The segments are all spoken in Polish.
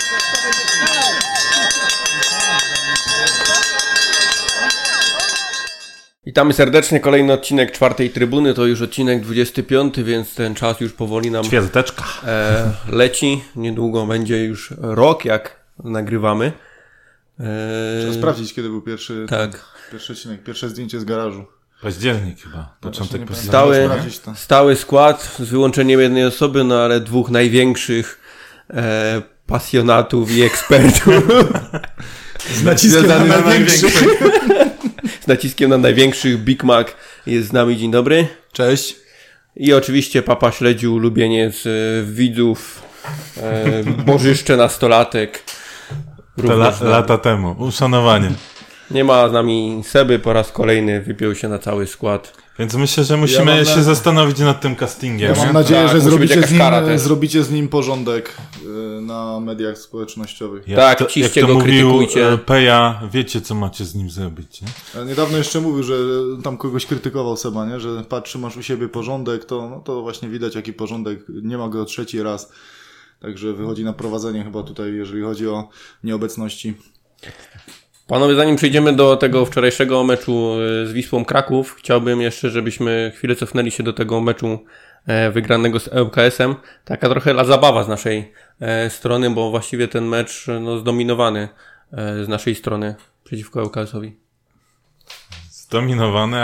Witamy serdecznie, kolejny odcinek czwartej trybuny, to już odcinek 25, więc ten czas już powoli nam leci. Niedługo będzie już rok, jak nagrywamy. Trzeba sprawdzić, kiedy był pierwszy odcinek, pierwsze zdjęcie z garażu. Październik chyba, początek Stały skład, z wyłączeniem jednej osoby, no ale dwóch największych pasjonatów i ekspertów. Z naciskiem na największych. Z naciskiem na największych. Big Mac jest z nami. Dzień dobry. Cześć. I oczywiście Papa Śledziu, ulubieniec widzów, bożyszcze nastolatek. Lata temu. Uszanowanie. Nie ma z nami Seby, po raz kolejny wypiął się na cały skład. Więc myślę, że musimy się zastanowić nad tym castingiem. Ja mam nadzieję, że zrobicie z nim porządek na mediach społecznościowych. Ciście go, krytykujcie. Peja, wiecie, co macie z nim zrobić, nie? Niedawno jeszcze mówił, że tam kogoś krytykował Seba, nie? Że patrzy, masz u siebie porządek, to właśnie widać, jaki porządek. Nie ma go trzeci raz. Także wychodzi na prowadzenie chyba tutaj, jeżeli chodzi o nieobecności. Panowie, zanim przejdziemy do tego wczorajszego meczu z Wisłą Kraków, chciałbym jeszcze, żebyśmy chwilę cofnęli się do tego meczu wygranego z ŁKS-em. Taka trochę zabawa z naszej strony, bo właściwie ten mecz zdominowany z naszej strony przeciwko ŁKS-owi. Zdominowany,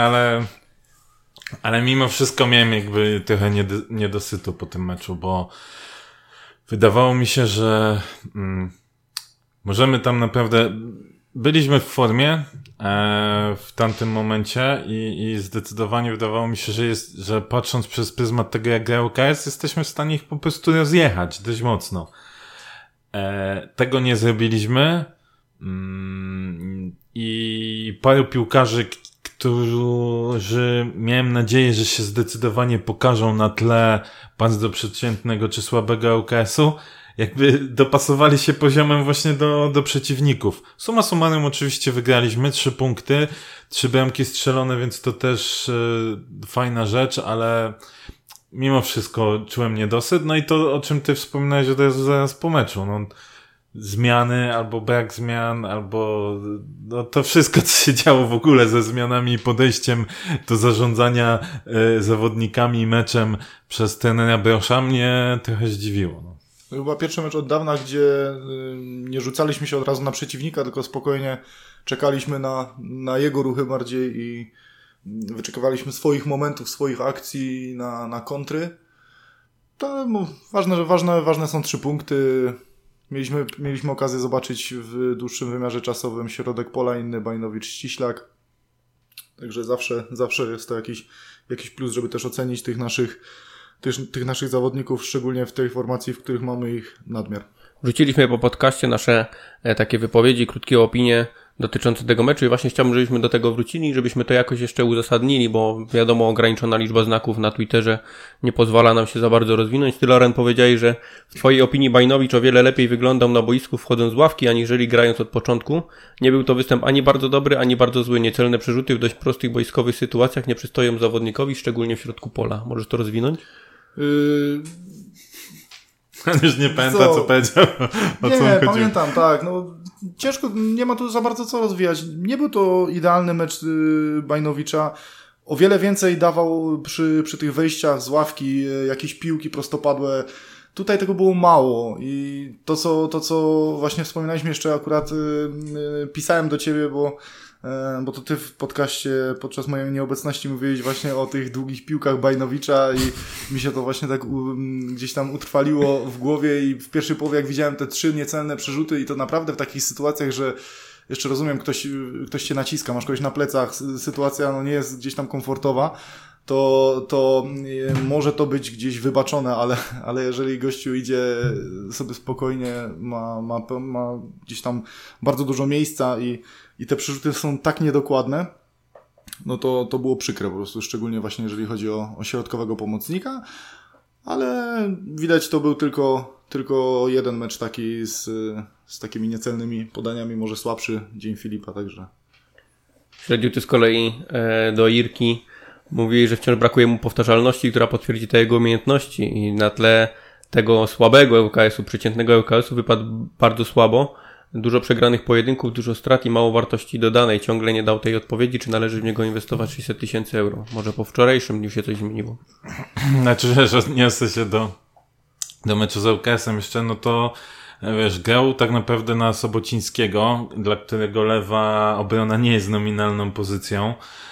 ale mimo wszystko miałem jakby trochę niedosytu po tym meczu, bo wydawało mi się, że możemy tam naprawdę... Byliśmy w formie w tamtym momencie i zdecydowanie wydawało mi się, że patrząc przez pryzmat tego, jak gra ŁKS, jesteśmy w stanie ich po prostu rozjechać dość mocno. Tego nie zrobiliśmy i paru piłkarzy, którzy miałem nadzieję, że się zdecydowanie pokażą na tle bardzo przeciętnego czy słabego ŁKS-u, jakby dopasowali się poziomem właśnie do przeciwników. Summa summarum oczywiście wygraliśmy 3 punkty, 3 bramki strzelone, więc to też fajna rzecz, ale mimo wszystko czułem niedosyt. No i to, o czym ty wspominałeś od razu zaraz po meczu. Zmiany albo brak zmian, albo to wszystko, co się działo w ogóle ze zmianami i podejściem do zarządzania zawodnikami i meczem przez trenera Brosza mnie trochę zdziwiło. To chyba pierwszy mecz od dawna, gdzie nie rzucaliśmy się od razu na przeciwnika, tylko spokojnie czekaliśmy na jego ruchy bardziej i wyczekiwaliśmy swoich momentów, swoich akcji na kontry. To ważne są 3 punkty. Mieliśmy okazję zobaczyć w dłuższym wymiarze czasowym środek pola inny, Bajnowicz-Ściślak. Także zawsze jest to jakiś plus, żeby też ocenić tych naszych zawodników, szczególnie w tej formacji, w których mamy ich nadmiar. Wrzuciliśmy po podcaście nasze takie wypowiedzi, krótkie opinie dotyczące tego meczu i właśnie chciałbym, żebyśmy do tego wrócili, żebyśmy to jakoś jeszcze uzasadnili, bo wiadomo, ograniczona liczba znaków na Twitterze nie pozwala nam się za bardzo rozwinąć. Ty, Loren, powiedziałeś, że w twojej opinii Bajnowicz o wiele lepiej wyglądał na boisku wchodząc z ławki, aniżeli grając od początku. Nie był to występ ani bardzo dobry, ani bardzo zły. Niecelne przerzuty w dość prostych boiskowych sytuacjach nie przystoją zawodnikowi, szczególnie w środku pola. Możesz to rozwinąć? Już nie pamięta, co powiedział. Nie, pamiętam, tak. Ciężko, nie ma tu za bardzo co rozwijać. Nie był to idealny mecz Bajnowicza. O wiele więcej dawał przy tych wejściach z ławki jakieś piłki prostopadłe. Tutaj tego było mało i to co właśnie wspominaliśmy jeszcze akurat pisałem do ciebie, bo to ty w podcaście podczas mojej nieobecności mówiłeś właśnie o tych długich piłkach Bajnowicza i mi się to właśnie tak gdzieś tam utrwaliło w głowie i w pierwszej połowie jak widziałem te 3 niecelne przerzuty i to naprawdę w takich sytuacjach, że jeszcze rozumiem, ktoś cię naciska, masz kogoś na plecach, sytuacja nie jest gdzieś tam komfortowa, to może to być gdzieś wybaczone, ale jeżeli gościu idzie sobie spokojnie, ma gdzieś tam bardzo dużo miejsca i te przerzuty są tak niedokładne, no to było przykre po prostu, szczególnie właśnie jeżeli chodzi o środkowego pomocnika, ale widać to był tylko jeden mecz taki z takimi niecelnymi podaniami, może słabszy dzień Filipa, także. Śledził ty z kolei do Irki. Mówi, że wciąż brakuje mu powtarzalności, która potwierdzi te jego umiejętności i na tle tego słabego ŁKS-u, przeciętnego ŁKS-u wypadł bardzo słabo. Dużo przegranych pojedynków, dużo strat i mało wartości dodanej. Ciągle nie dał tej odpowiedzi, czy należy w niego inwestować 600 000 euro. Może po wczorajszym dniu się coś zmieniło. Znaczy, że odniosę się do meczu z ŁKS-em jeszcze, no to wiesz, grał tak naprawdę na Sobocińskiego, dla którego lewa obrona nie jest nominalną pozycją.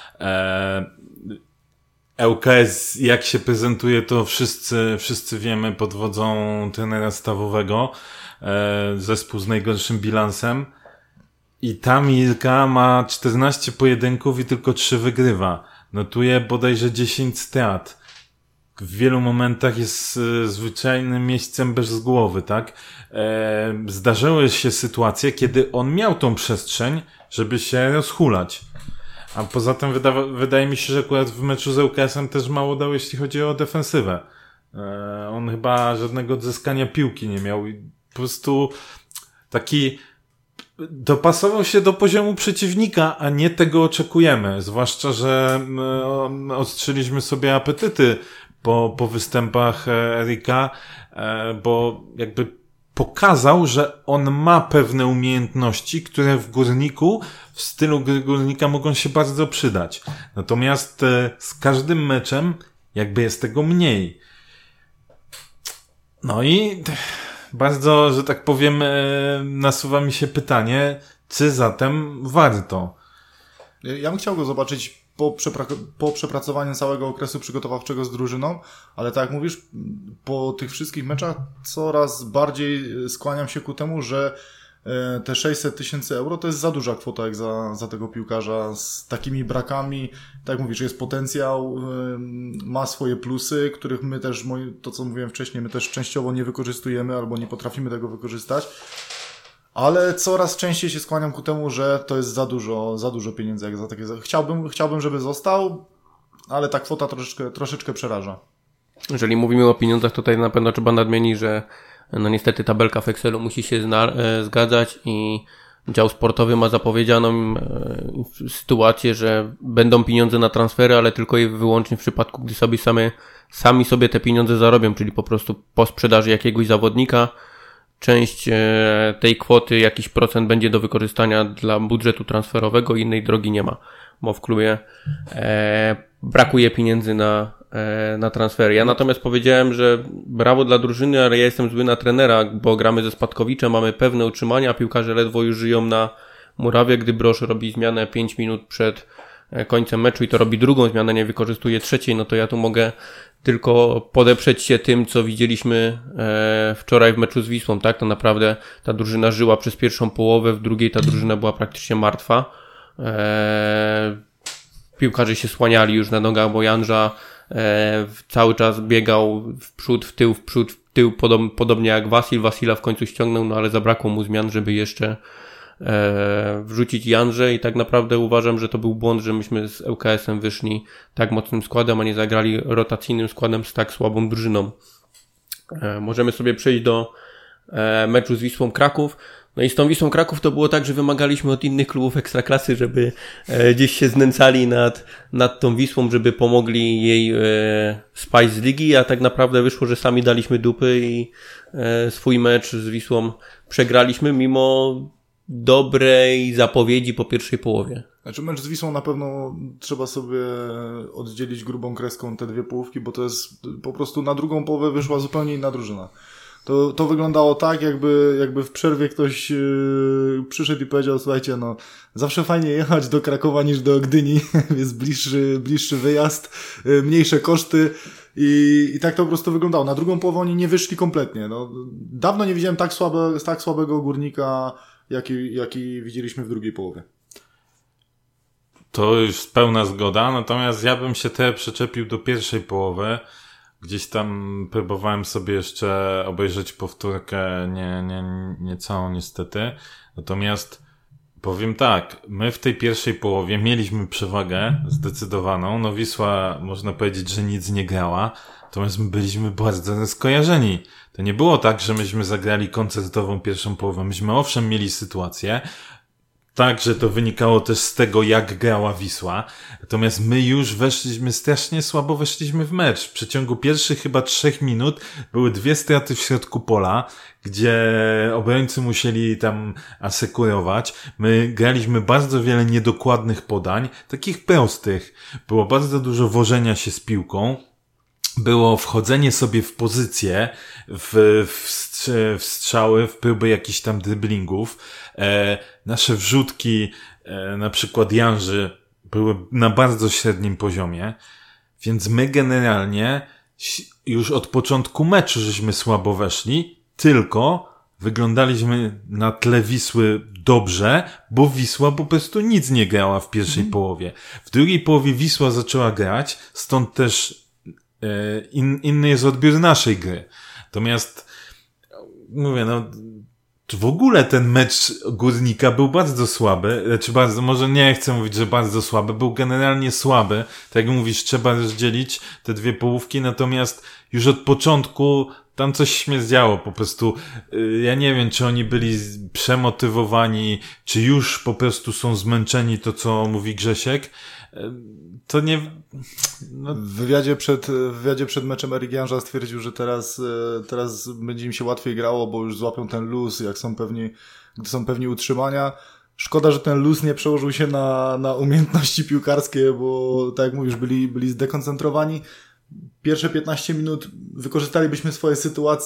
ŁKS, jak się prezentuje, to wszyscy wiemy, pod wodzą trenera stawowego. Zespół z najgorszym bilansem. I ta Milka ma 14 pojedynków i tylko 3 wygrywa. Notuje bodajże 10 strat. W wielu momentach jest zwyczajnym miejscem bez głowy, tak? Zdarzyły się sytuacje, kiedy on miał tą przestrzeń, żeby się rozhulać. A poza tym wydaje mi się, że akurat w meczu z ŁKS-em też mało dał, jeśli chodzi o defensywę. On chyba żadnego odzyskania piłki nie miał. Po prostu taki dopasował się do poziomu przeciwnika, a nie tego oczekujemy. Zwłaszcza, że ostrzyliśmy sobie apetyty po występach Erika, bo jakby pokazał, że on ma pewne umiejętności, które w Górniku, w stylu Górnika mogą się bardzo przydać. Natomiast z każdym meczem jakby jest tego mniej. No i bardzo, że tak powiem, nasuwa mi się pytanie, czy zatem warto? Ja bym chciał go zobaczyć po przepracowaniu całego okresu przygotowawczego z drużyną, ale tak jak mówisz, po tych wszystkich meczach coraz bardziej skłaniam się ku temu, że te 600 000 euro to jest za duża kwota jak za tego piłkarza z takimi brakami. Tak jak mówisz, jest potencjał, ma swoje plusy, których my też, to co mówiłem wcześniej, my też częściowo nie wykorzystujemy albo nie potrafimy tego wykorzystać. Ale coraz częściej się skłaniam ku temu, że to jest za dużo pieniędzy jak za takie. Chciałbym, żeby został, ale ta kwota troszeczkę przeraża. Jeżeli mówimy o pieniądzach, to tutaj na pewno trzeba nadmienić, że no niestety tabelka w Excelu musi się zgadzać i dział sportowy ma zapowiedzianą sytuację, że będą pieniądze na transfery, ale tylko i wyłącznie w przypadku, gdy sami sobie te pieniądze zarobią, czyli po prostu po sprzedaży jakiegoś zawodnika część tej kwoty, jakiś procent będzie do wykorzystania dla budżetu transferowego, innej drogi nie ma, bo w klubie brakuje pieniędzy na transfery. Ja natomiast powiedziałem, że brawo dla drużyny, ale ja jestem zły na trenera, bo gramy ze Spadkowiczem, mamy pewne utrzymania, a piłkarze ledwo już żyją na murawie, gdy Brosz robi zmianę 5 minut przed końcem meczu i to robi drugą zmianę, nie wykorzystuje trzeciej, no to ja tu mogę tylko podeprzeć się tym, co widzieliśmy wczoraj w meczu z Wisłą, tak? To naprawdę ta drużyna żyła przez pierwszą połowę, w drugiej ta drużyna była praktycznie martwa. Piłkarze się słaniali już na nogach, bo Janża cały czas biegał w przód, w tył, podobnie jak Wasila w końcu ściągnął, no ale zabrakło mu zmian, żeby jeszcze wrzucić Janżę i tak naprawdę uważam, że to był błąd, że myśmy z ŁKS-em wyszli tak mocnym składem, a nie zagrali rotacyjnym składem z tak słabą drużyną. Możemy sobie przejść do meczu z Wisłą Kraków. No i z tą Wisłą Kraków to było tak, że wymagaliśmy od innych klubów Ekstraklasy, żeby gdzieś się znęcali nad tą Wisłą, żeby pomogli jej spaść z ligi, a tak naprawdę wyszło, że sami daliśmy dupy i swój mecz z Wisłą przegraliśmy mimo dobrej zapowiedzi po pierwszej połowie. Znaczy mecz z Wisłą na pewno trzeba sobie oddzielić grubą kreską te dwie połówki, bo to jest po prostu na drugą połowę wyszła zupełnie inna drużyna. To wyglądało tak, jakby w przerwie ktoś przyszedł i powiedział, słuchajcie, no zawsze fajnie jechać do Krakowa niż do Gdyni, jest bliższy wyjazd, mniejsze koszty i tak to po prostu wyglądało. Na drugą połowę oni nie wyszli kompletnie. No, dawno nie widziałem tak słabego Górnika, jaki widzieliśmy w drugiej połowie. To już pełna zgoda, natomiast ja bym się przyczepił do pierwszej połowy. Gdzieś tam próbowałem sobie jeszcze obejrzeć powtórkę, nie całą niestety. Natomiast powiem tak, my w tej pierwszej połowie mieliśmy przewagę zdecydowaną. No Wisła można powiedzieć, że nic nie grała. Natomiast my byliśmy bardzo skojarzeni. To nie było tak, że myśmy zagrali koncertową pierwszą połowę. Myśmy owszem mieli sytuację, tak, że to wynikało też z tego, jak grała Wisła. Natomiast my już strasznie słabo weszliśmy w mecz. W przeciągu pierwszych chyba 3 minut były 2 straty w środku pola, gdzie obrońcy musieli tam asekurować. My graliśmy bardzo wiele niedokładnych podań, takich prostych. Było bardzo dużo wożenia się z piłką. Było wchodzenie sobie w pozycję, w strzały, w próby jakichś tam driblingów. Nasze wrzutki, na przykład Janży, były na bardzo średnim poziomie, więc my generalnie już od początku meczu żeśmy słabo weszli, tylko wyglądaliśmy na tle Wisły dobrze, bo Wisła po prostu nic nie grała w pierwszej połowie. W drugiej połowie Wisła zaczęła grać, stąd też inny jest odbiór naszej gry. Natomiast mówię, w ogóle ten mecz Górnika był bardzo słaby, może nie chcę mówić, że bardzo słaby, był generalnie słaby. Tak jak mówisz, trzeba rozdzielić te 2 połówki, natomiast już od początku tam coś się działo, po prostu ja nie wiem, czy oni byli przemotywowani, czy już po prostu są zmęczeni, to co mówi Grzesiek. To nie... W wywiadzie przed meczem Erik Janża stwierdził, że teraz będzie im się łatwiej grało, bo już złapią ten luz, gdy są pewni utrzymania. Szkoda, że ten luz nie przełożył się na umiejętności piłkarskie, bo tak jak mówisz, byli zdekoncentrowani. Pierwsze 15 minut wykorzystalibyśmy swoje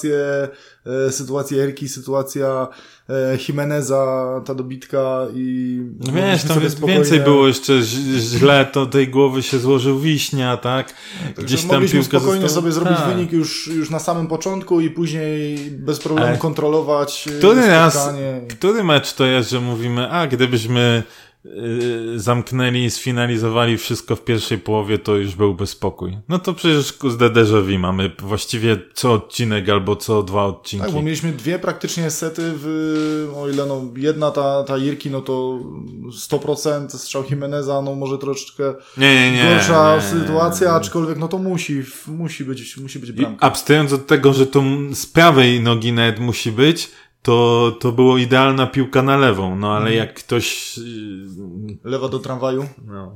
sytuację Erki, sytuacja Jimeneza, ta dobitka i... No wiesz, tam więcej było jeszcze źle, to tej głowy się złożył Wiśnia, tak? Gdzieś tam mogliśmy spokojnie sobie zrobić wynik już na samym początku i później bez problemu kontrolować spotkanie. Który mecz to jest, że mówimy, gdybyśmy zamknęli, sfinalizowali wszystko w pierwszej połowie, to już byłby spokój. No to przecież z déjà vu mamy właściwie co odcinek albo co 2 odcinki. Tak, bo mieliśmy 2 praktycznie sety o ile jedna ta Jirki, no to 100% strzał Jimeneza, no może troszeczkę gorsza sytuacja, aczkolwiek no to musi być bramka. Abstrahując od tego, że to z prawej nogi nawet musi być, to było idealna piłka na lewą, no ale jak ktoś... Lewa do tramwaju. No.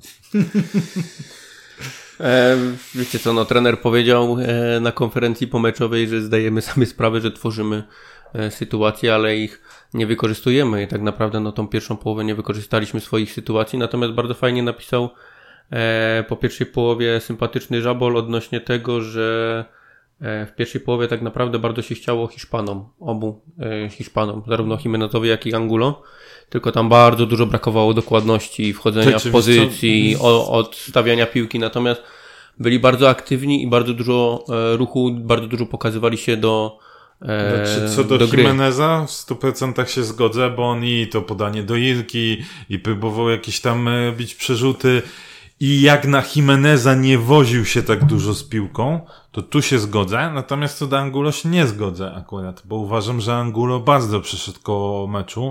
Wiecie co, trener powiedział na konferencji pomeczowej, że zdajemy sobie sprawę, że tworzymy sytuacje, ale ich nie wykorzystujemy i tak naprawdę tą pierwszą połowę nie wykorzystaliśmy swoich sytuacji, natomiast bardzo fajnie napisał po pierwszej połowie sympatyczny Żabol odnośnie tego, że w pierwszej połowie tak naprawdę bardzo się chciało obu Hiszpanom, zarówno Jimenezowi, jak i Angulo, tylko tam bardzo dużo brakowało dokładności, wchodzenia w pozycji, odstawiania piłki, natomiast byli bardzo aktywni i bardzo dużo ruchu, bardzo dużo pokazywali się do co do gry. Jimeneza w 100% się zgodzę, bo on i to podanie do Jirki i próbował jakieś tam bić przerzuty. I jak na Jimeneza nie woził się tak dużo z piłką, to tu się zgodzę, natomiast co do Angulo się nie zgodzę akurat, bo uważam, że Angulo bardzo przyszedł koło meczu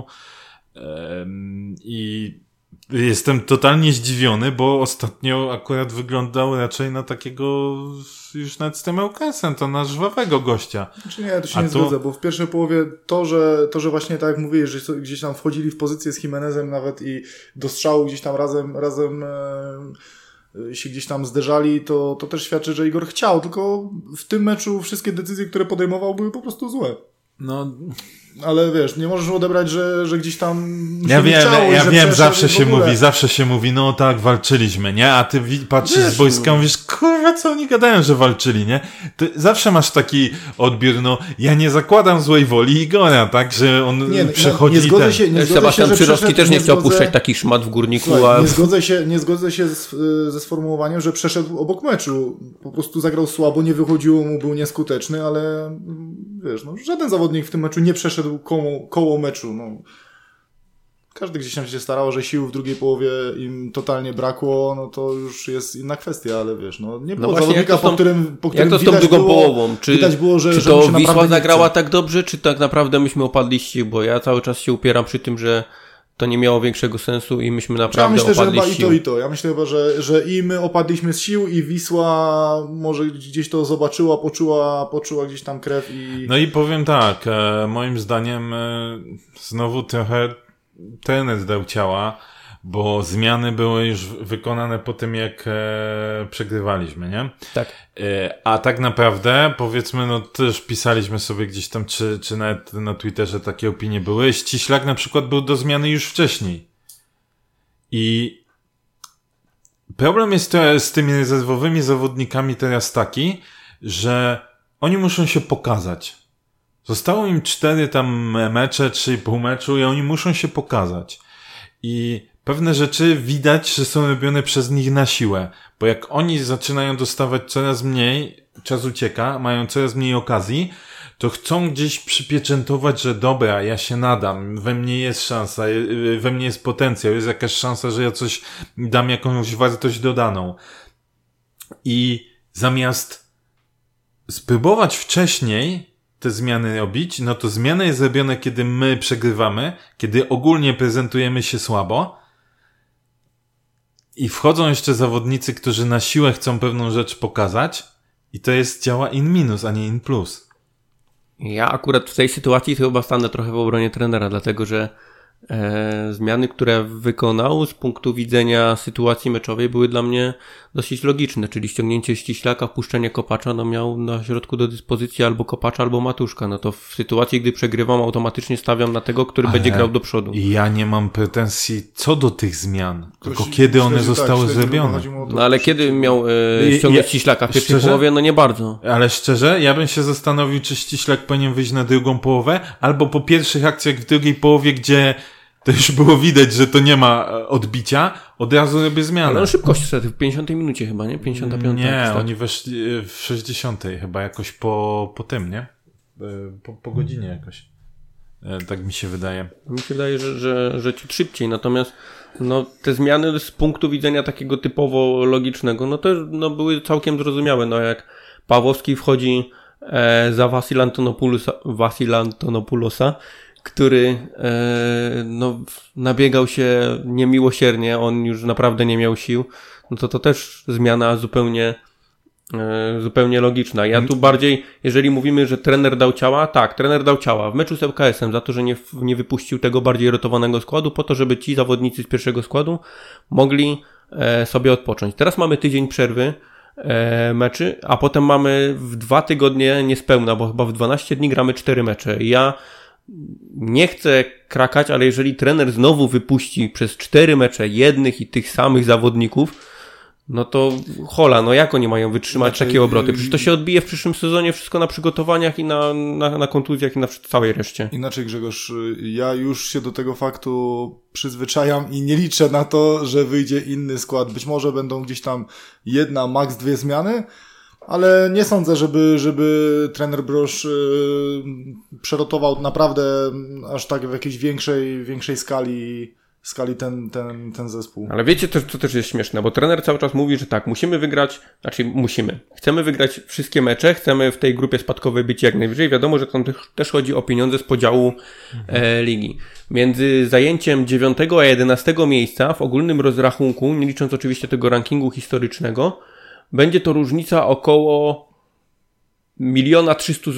i jestem totalnie zdziwiony, bo ostatnio akurat wyglądał raczej na takiego już nawet z tym Eukesem, to na żwawego gościa. Znaczy nie, to się nie zgodzę, bo w pierwszej połowie to, że właśnie tak jak mówiłeś, że gdzieś tam wchodzili w pozycję z Jimenezem nawet i do strzału gdzieś tam razem się gdzieś tam zderzali, to też świadczy, że Igor chciał, tylko w tym meczu wszystkie decyzje, które podejmował, były po prostu złe. No... Ale wiesz, nie możesz odebrać, że gdzieś tam ja wiem, zawsze się mówi, no tak, walczyliśmy, nie? A ty patrzysz z boiska, mówisz, kurwa, co oni gadają, że walczyli, nie? Ty zawsze masz taki odbiór, ja nie zakładam złej woli Igora, tak? Że on przechodzi... Nie zgodzę się, Sebastian Przyrowski też nie chciał puszczać takich szmat w Górniku. Słuchaj, nie zgodzę się ze sformułowaniem, że przeszedł obok meczu. Po prostu zagrał słabo, nie wychodziło mu, był nieskuteczny, ale wiesz, żaden zawodnik w tym meczu nie przeszedł koło meczu. Każdy gdzieś tam się starał, że sił w drugiej połowie im totalnie brakło, to już jest inna kwestia, ale wiesz, nie było zawodnika, po którym jak to z tą drugą połową? Widać było, że to Wisła zagrała tak dobrze, czy tak naprawdę myśmy opadli z sił? Bo ja cały czas się upieram przy tym, że to nie miało większego sensu i myśmy naprawdę opadli z sił. Ja myślę, że chyba i to. Ja myślę chyba, że i my opadliśmy z sił i Wisła może gdzieś to zobaczyła, poczuła gdzieś tam krew i... No i powiem tak, moim zdaniem znowu trochę trener dał ciała, bo zmiany były już wykonane po tym, jak przegrywaliśmy, nie? Tak. A tak naprawdę, powiedzmy, no też pisaliśmy sobie gdzieś tam, czy nawet na Twitterze takie opinie były. Ściślak na przykład był do zmiany już wcześniej. I problem jest z tymi rezerwowymi zawodnikami teraz taki, że oni muszą się pokazać. Zostało im 4 tam mecze, 3,5 meczu i oni muszą się pokazać. I pewne rzeczy widać, że są robione przez nich na siłę, bo jak oni zaczynają dostawać coraz mniej, czas ucieka, mają coraz mniej okazji, to chcą gdzieś przypieczętować, że dobra, ja się nadam, we mnie jest szansa, we mnie jest potencjał, jest jakaś szansa, że ja coś dam jakąś wartość dodaną. I zamiast spróbować wcześniej te zmiany robić, no to zmiana jest robiona, kiedy my przegrywamy, kiedy ogólnie prezentujemy się słabo i wchodzą jeszcze zawodnicy, którzy na siłę chcą pewną rzecz pokazać i to działa in minus, a nie in plus. Ja akurat w tej sytuacji chyba stanę trochę w obronie trenera, dlatego że zmiany, które wykonał z punktu widzenia sytuacji meczowej były dla mnie dosyć logiczne, czyli ściągnięcie Ściślaka, wpuszczenie Kopacza, no miał na środku do dyspozycji albo Kopacza, albo Matuszka, no to w sytuacji, gdy przegrywam, automatycznie stawiam na tego, który będzie grał do przodu. Ja nie mam pretensji co do tych zmian, tylko kiedy one zostały zrobione. No ale kiedy miał ściągnąć Ściślaka? W pierwszej połowie? No nie bardzo. Ale szczerze, ja bym się zastanowił, czy Ściślak powinien wyjść na drugą połowę, albo po pierwszych akcjach w drugiej połowie, gdzie to już było widać, że to nie ma odbicia, od razu robię zmianę. Ale on szybko szedł, w 50 minucie chyba, nie? 55. Nie, tak. Oni weszli w 60 chyba jakoś po tym, nie? Po godzinie jakoś. Tak mi się wydaje. Mi się wydaje, że ciut szybciej, natomiast no, te zmiany z punktu widzenia takiego typowo logicznego, no też no, były całkiem zrozumiałe, no jak Pawłowski wchodzi za Vasil Antonopoulosa, który no, nabiegał się niemiłosiernie, on już naprawdę nie miał sił, no to też zmiana zupełnie logiczna. Ja tu bardziej, jeżeli mówimy, że trener dał ciała, tak, trener dał ciała w meczu z ŁKS-em za to, że nie wypuścił tego bardziej rotowanego składu, po to, żeby ci zawodnicy z pierwszego składu mogli sobie odpocząć. Teraz mamy tydzień przerwy meczy, a potem mamy w 2 tygodnie niespełna, bo chyba w 12 dni gramy 4 mecze. Ja nie chcę krakać, ale jeżeli trener znowu wypuści przez 4 mecze jednych i tych samych zawodników, no to hola, no jak oni mają wytrzymać takie obroty? Przecież to się odbije w przyszłym sezonie wszystko na przygotowaniach i na kontuzjach i na całej reszcie. Inaczej, Grzegorz, ja już się do tego faktu przyzwyczajam i nie liczę na to, że wyjdzie inny skład. Być może będą gdzieś tam 1, max 2 zmiany, ale nie sądzę, żeby trener Broż przerotował naprawdę aż tak w jakiejś większej skali ten zespół. Ale wiecie, co też jest śmieszne, bo trener cały czas mówi, że tak, chcemy wygrać wszystkie mecze, chcemy w tej grupie spadkowej być jak najwyżej. Wiadomo, że tam też chodzi o pieniądze z podziału ligi. Między zajęciem 9 a 11 miejsca w ogólnym rozrachunku, nie licząc oczywiście tego rankingu historycznego, będzie to różnica około 1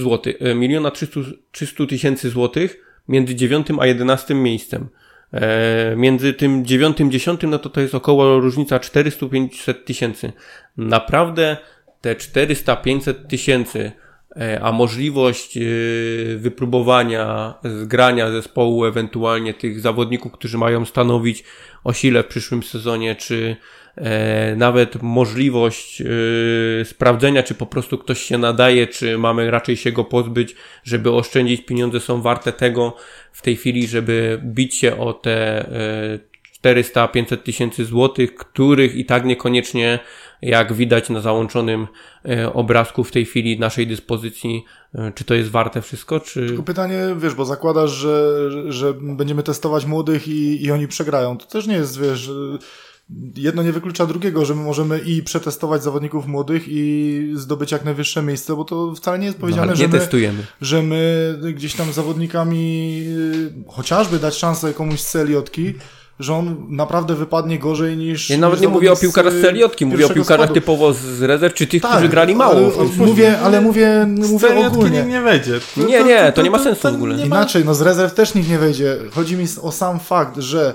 300 tysięcy złotych między 9 a 11 miejscem. Między tym 9 a 10 no to jest około różnica 400-500 tysięcy. Naprawdę te 400-500 tysięcy, a możliwość wypróbowania, zgrania zespołu, ewentualnie tych zawodników, którzy mają stanowić o sile w przyszłym sezonie, czy nawet możliwość sprawdzenia, czy po prostu ktoś się nadaje, czy mamy raczej się go pozbyć, żeby oszczędzić pieniądze, są warte tego w tej chwili, żeby bić się o te 400-500 tysięcy złotych, których i tak niekoniecznie, jak widać na załączonym obrazku w tej chwili naszej dyspozycji, czy to jest warte wszystko, czy... Tylko pytanie, wiesz, bo zakładasz, że będziemy testować młodych i oni przegrają. To też nie jest, wiesz... Jedno nie wyklucza drugiego, że my możemy i przetestować zawodników młodych i zdobyć jak najwyższe miejsce, bo to wcale nie jest powiedziane, że my gdzieś tam zawodnikami chociażby dać szansę komuś z CLJ-ki, że on naprawdę wypadnie gorzej niż... Ja nawet nie mówię o piłkarzach z Seliotki, mówię o piłkarzach typowo z rezerw, czy tych, którzy grali mało. Ale mówię ogólnie. Nikt nie wejdzie. To nie ma sensu w ogóle. Inaczej, z rezerw też nikt nie wejdzie. Chodzi mi o sam fakt, że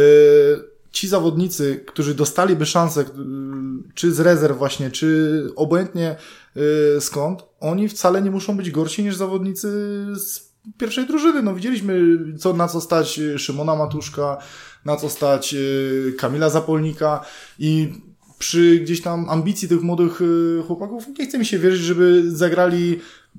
ci zawodnicy, którzy dostaliby szansę, czy z rezerw właśnie, czy obojętnie skąd, oni wcale nie muszą być gorsi niż zawodnicy z pierwszej drużyny. No widzieliśmy, na co stać Szymona Matuszka, na co stać Kamila Zapolnika i przy gdzieś tam ambicji tych młodych chłopaków nie chce mi się wierzyć, żeby zagrali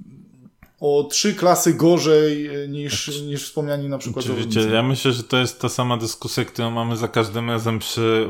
o 3 klasy gorzej niż wspomniani na przykład zawodnicy. Ja myślę, że to jest ta sama dyskusja, którą mamy za każdym razem przy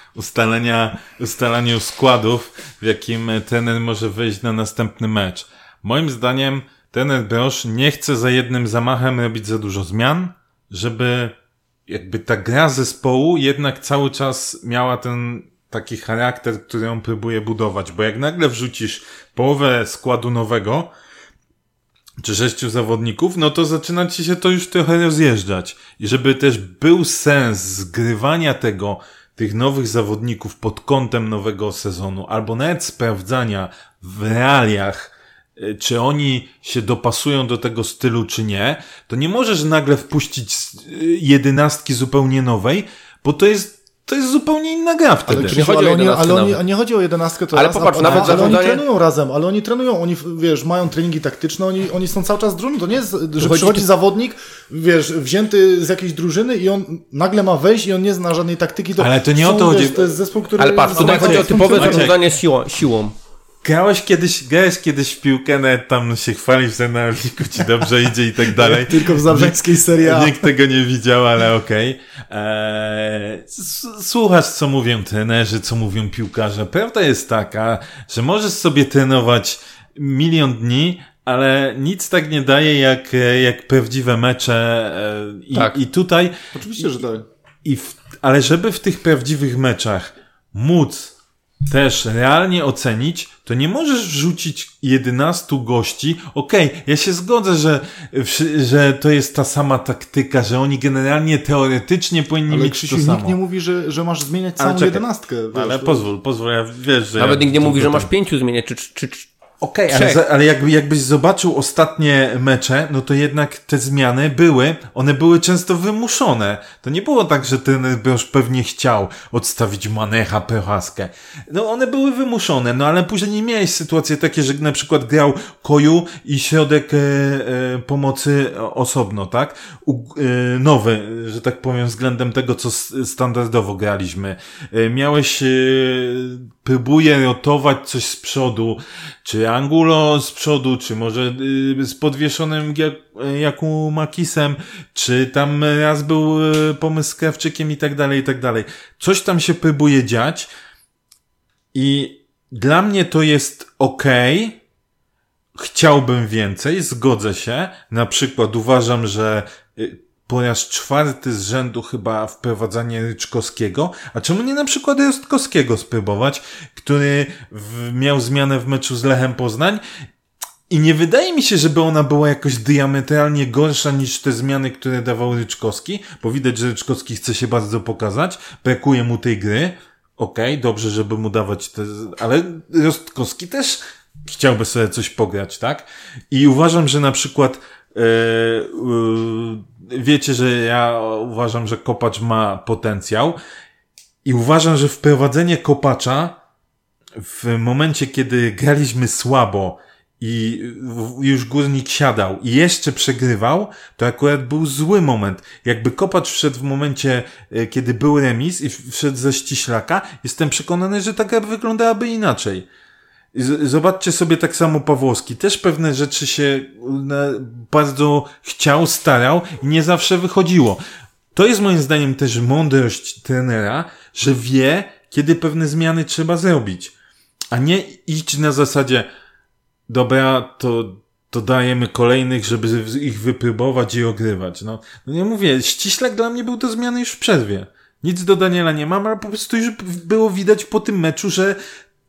ustalaniu składów, w jakim trener może wejść na następny mecz. Moim zdaniem trener Broż nie chce za jednym zamachem robić za dużo zmian, żeby jakby ta gra zespołu jednak cały czas miała ten taki charakter, który on próbuje budować, bo jak nagle wrzucisz połowę składu nowego, czy 6 zawodników, no to zaczyna ci się to już trochę rozjeżdżać. I żeby też był sens zgrywania tych nowych zawodników pod kątem nowego sezonu, albo nawet sprawdzania w realiach, czy oni się dopasują do tego stylu, czy nie, to nie możesz nagle wpuścić 11 zupełnie nowej, bo to jest zupełnie inna gra wtedy. Ale nie chodzi o 11 to ale raz, popatrz, ale oni trenują razem, ale oni trenują, oni mają treningi taktyczne, oni są cały czas drużyną, to nie jest, że przychodzi zawodnik, wzięty z jakiejś drużyny i on nagle ma wejść i on nie zna żadnej taktyki. Ale to nie o to chodzi. To jest zespół, który... Ale patrz, tutaj chodzi o typowe zarządzanie siłą. Grałeś kiedyś w piłkę, nawet tam się chwalisz, że na Orliku ci dobrze idzie i tak dalej. Tylko w zabrzeskiej Serie A. Nikt tego nie widział, ale okej. Słuchasz, co mówią trenerzy, co mówią piłkarze. Prawda jest taka, że możesz sobie trenować 1 000 000 dni, ale nic tak nie daje jak prawdziwe mecze. Tak. I tutaj... Oczywiście, że tak. Ale żeby w tych prawdziwych meczach móc też realnie ocenić, to nie możesz wrzucić 11 gości. Okej, ja się zgodzę, że to jest ta sama taktyka, że oni generalnie teoretycznie powinni mieć Krzysiu, to samo. nikt nie mówi, że masz zmieniać całą 11. Ale pozwól, ja wiesz, że... Nawet nikt nie mówi, że masz 5 zmieniać, czy Okej, ale jakbyś zobaczył ostatnie mecze, no to jednak te zmiany one były często wymuszone. To nie było tak, że ten Broż pewnie chciał odstawić Manecha, Prochaskę. No one były wymuszone, no ale później nie miałeś sytuacje takie, że na przykład grał Koju i środek pomocy osobno, tak? Nowy, że tak powiem, względem tego, co standardowo graliśmy. Miałeś próbuje rotować coś z przodu, czy Angulo z przodu, czy może z podwieszonym Jakumakisem, czy tam raz był pomysł z Krawczykiem i tak dalej, i tak dalej. Coś tam się próbuje dziać i dla mnie to jest okej. Chciałbym więcej, zgodzę się. Na przykład uważam, że po raz 4 z rzędu chyba wprowadzanie Ryczkowskiego, a czemu nie na przykład Rostkowskiego spróbować, który miał zmianę w meczu z Lechem Poznań i nie wydaje mi się, żeby ona była jakoś diametralnie gorsza niż te zmiany, które dawał Ryczkowski, bo widać, że Ryczkowski chce się bardzo pokazać, brakuje mu tej gry, okej, dobrze, żeby mu dawać ale Rostkowski też chciałby sobie coś pograć, tak? I uważam, że na przykład wiecie, że ja uważam, że Kopacz ma potencjał i uważam, że wprowadzenie Kopacza w momencie, kiedy graliśmy słabo i już Górnik siadał i jeszcze przegrywał, to akurat był zły moment. Jakby Kopacz wszedł w momencie, kiedy był remis i wszedł ze ściślaka, jestem przekonany, że ta gra wyglądałaby inaczej. Zobaczcie sobie tak samo Pawłowski. Też pewne rzeczy się bardzo chciał, starał i nie zawsze wychodziło. To jest moim zdaniem też mądrość trenera, że wie, kiedy pewne zmiany trzeba zrobić. A nie iść na zasadzie dobra, to dajemy kolejnych, żeby ich wypróbować i ogrywać. No nie mówię, Ściślak dla mnie był do zmiany już w przerwie. Nic do Daniela nie mam, ale po prostu już było widać po tym meczu, że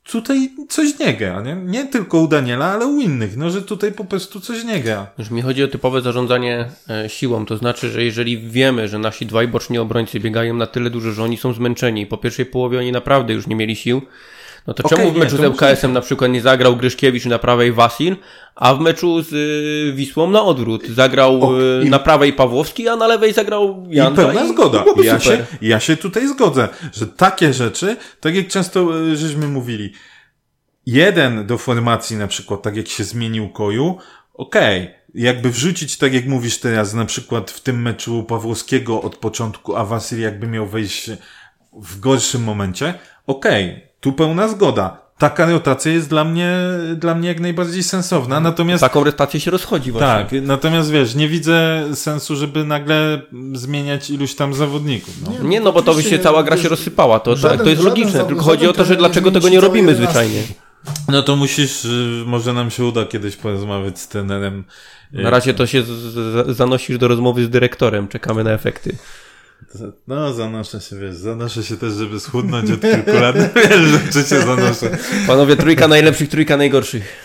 tutaj coś nie gra, nie? Nie tylko u Daniela, ale u innych, no, że tutaj po prostu coś nie gra. Już mi chodzi o typowe zarządzanie siłą, to znaczy, że jeżeli wiemy, że nasi dwaj boczni obrońcy biegają na tyle dużo, że oni są zmęczeni i po pierwszej połowie oni naprawdę już nie mieli sił, no to czemu w meczu z ŁKS-em na przykład nie zagrał Gryszkiewicz na prawej Wasil, a w meczu z Wisłą na odwrót zagrał na prawej Pawłowski, a na lewej zagrał Janda. I pełna zgoda. Ja się tutaj zgodzę, że takie rzeczy, tak jak często żeśmy mówili, jeden do formacji na przykład, tak jak się zmienił Koju, jakby wrzucić, tak jak mówisz teraz, na przykład w tym meczu Pawłowskiego od początku, a Wasil jakby miał wejść w gorszym momencie, tu pełna zgoda. Taka rotacja jest dla mnie jak najbardziej sensowna, natomiast... Taką rotację się rozchodzi właśnie. Tak, natomiast wiesz, nie widzę sensu, żeby nagle zmieniać iluś tam zawodników. No. Nie, bo to by się cała gra się rozsypała, to jest logiczne, tylko chodzi o to, że dlaczego tego nie robimy zwyczajnie. No to może nam się uda kiedyś porozmawiać z trenerem. Na razie to się zanosisz do rozmowy z dyrektorem, czekamy na efekty. No, zanoszę się też, żeby schudnąć od kilku lat. Wiesz, że się zanoszę. Panowie, trójka najlepszych, trójka najgorszych.